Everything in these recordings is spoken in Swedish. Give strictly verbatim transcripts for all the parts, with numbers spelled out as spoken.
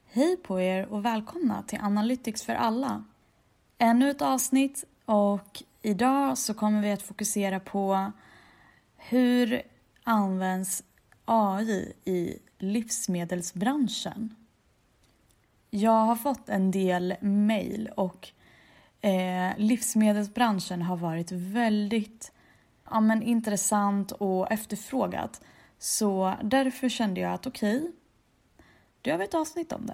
Hej på er och välkomna till Analytics för alla. Ännu ett avsnitt och idag så kommer vi att fokusera på hur används A I i livsmedelsbranschen. Jag har fått en del mejl och eh, livsmedelsbranschen har varit väldigt ja, men, intressant och efterfrågat. Så därför kände jag att okej, okay, då har vi ett avsnitt om det.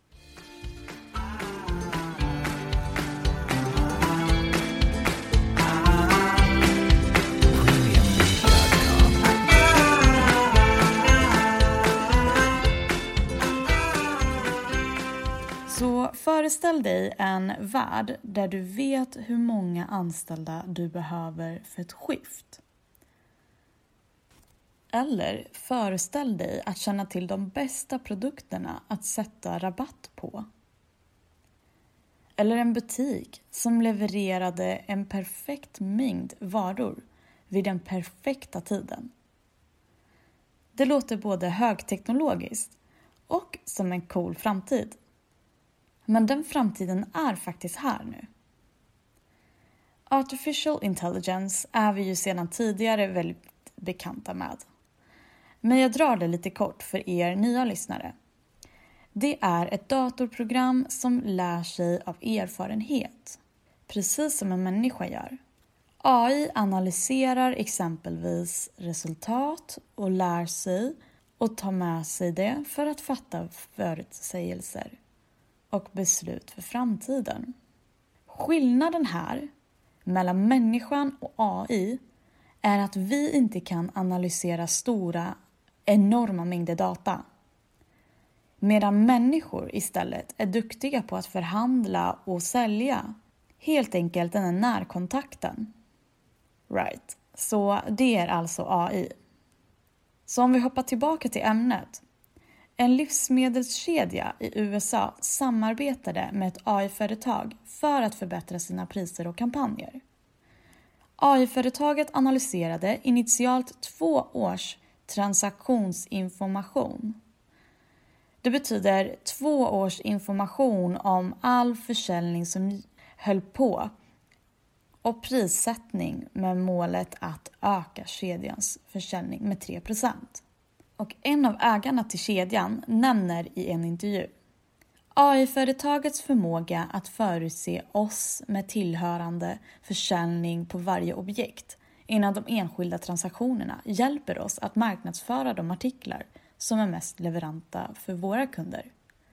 Så föreställ dig en värld där du vet hur många anställda du behöver för ett skift. Eller föreställ dig att känna till de bästa produkterna att sätta rabatt på. Eller en butik som levererade en perfekt mängd varor vid den perfekta tiden. Det låter både högteknologiskt och som en cool framtid. Men den framtiden är faktiskt här nu. Artificial intelligence är vi ju sedan tidigare väldigt bekanta med. Men jag drar det lite kort för er nya lyssnare. Det är ett datorprogram som lär sig av erfarenhet, precis som en människa gör. A I analyserar exempelvis resultat och lär sig och tar med sig det för att fatta förutsägelser och beslut för framtiden. Skillnaden här mellan människan och A I är att vi inte kan analysera stora, enorma mängder data. Medan människor istället är duktiga på att förhandla och sälja. Helt enkelt den här närkontakten. Right, så det är alltså A I. Så om vi hoppar tillbaka till ämnet. En livsmedelskedja i U S A samarbetade med ett A I-företag för att förbättra sina priser och kampanjer. A I-företaget analyserade initialt två års transaktionsinformation. Det betyder två års information om all försäljning som höll på och prissättning med målet att öka kedjans försäljning med tre procent. Och en av ägarna till kedjan nämner i en intervju A I-företagets förmåga att förutse oss med tillhörande försäljning på varje objekt innan de enskilda transaktionerna hjälper oss att marknadsföra de artiklar som är mest leveranta för våra kunder.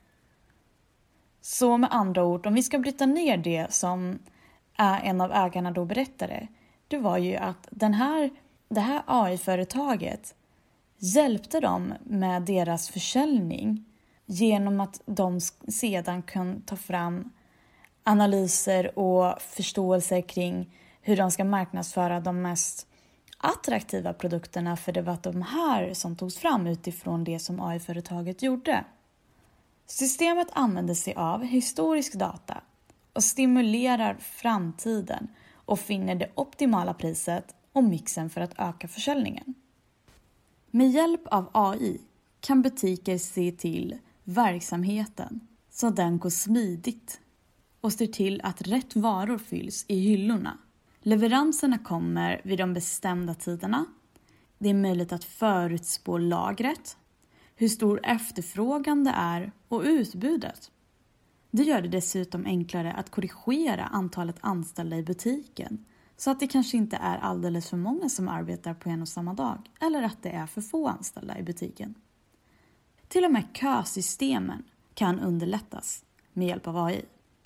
Så med andra ord, om vi ska bryta ner det som är en av ägarna då berättade, det var ju att den här, det här A I-företaget hjälpte dem med deras försäljning genom att de sedan kan ta fram analyser och förståelser kring hur de ska marknadsföra de mest attraktiva produkterna, för det var de här som togs fram utifrån det som A I-företaget gjorde. Systemet använder sig av historisk data och stimulerar framtiden och finner det optimala priset och mixen för att öka försäljningen. Med hjälp av A I kan butiker se till verksamheten så den går smidigt och ser till att rätt varor fylls i hyllorna. Leveranserna kommer vid de bestämda tiderna. Det är möjligt att förutspå lagret, hur stor efterfrågan det är och utbudet. Det gör det dessutom enklare att korrigera antalet anställda i butiken så att det kanske inte är alldeles för många som arbetar på en och samma dag eller att det är för få anställda i butiken. Till och med kösystemen kan underlättas med hjälp av A I.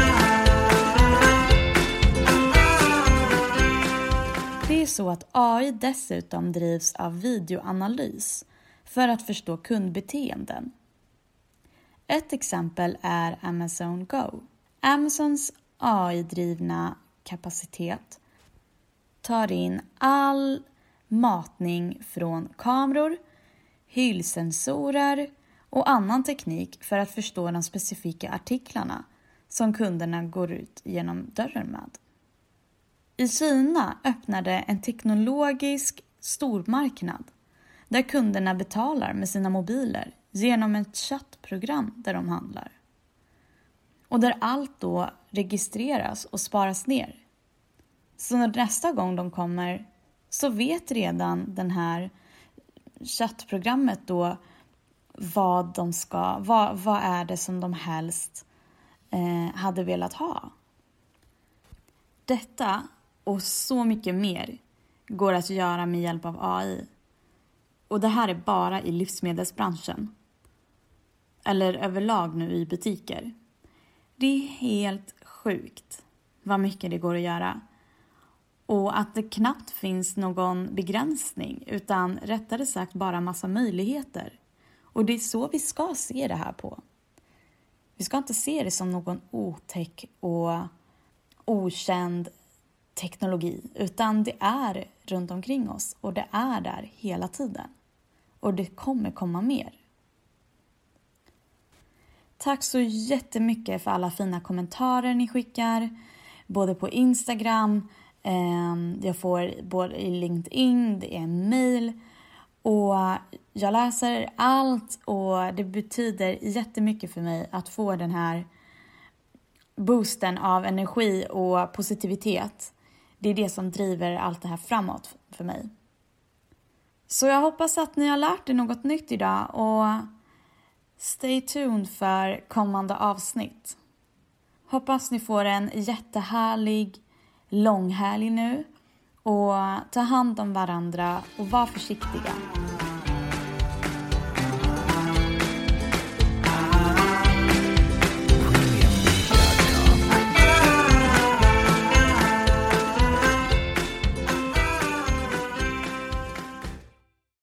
Det är så att A I dessutom drivs av videoanalys för att förstå kundbeteenden. Ett exempel är Amazon Go. Amazons A I-drivna kapacitet tar in all matning från kameror, hyllsensorer och annan teknik för att förstå de specifika artiklarna som kunderna går ut genom dörren med. I Kina öppnade en teknologisk stormarknad där kunderna betalar med sina mobiler genom ett chattprogram där de handlar. Och där allt då registreras och sparas ner. Så när nästa gång de kommer så vet redan den här chattprogrammet då vad de ska, vad, vad är det som de helst eh, hade velat ha. Detta och så mycket mer går att göra med hjälp av A I. Och det här är bara i livsmedelsbranschen. Eller överlag nu i butiker. Det är helt sjukt vad mycket det går att göra. Och att det knappt finns någon begränsning utan rättare sagt bara massa möjligheter. Och det är så vi ska se det här på. Vi ska inte se det som någon otäck och okänd teknologi. Utan det är runt omkring oss och det är där hela tiden. Och det kommer komma mer. Tack så jättemycket för alla fina kommentarer ni skickar. Både på Instagram, jag får både i LinkedIn, det är en mail. Och jag läser allt och det betyder jättemycket för mig att få den här boosten av energi och positivitet. Det är det som driver allt det här framåt för mig. Så jag hoppas att ni har lärt er något nytt idag och stay tuned för kommande avsnitt. Hoppas ni får en jättehärlig långhelg nu och ta hand om varandra och var försiktiga.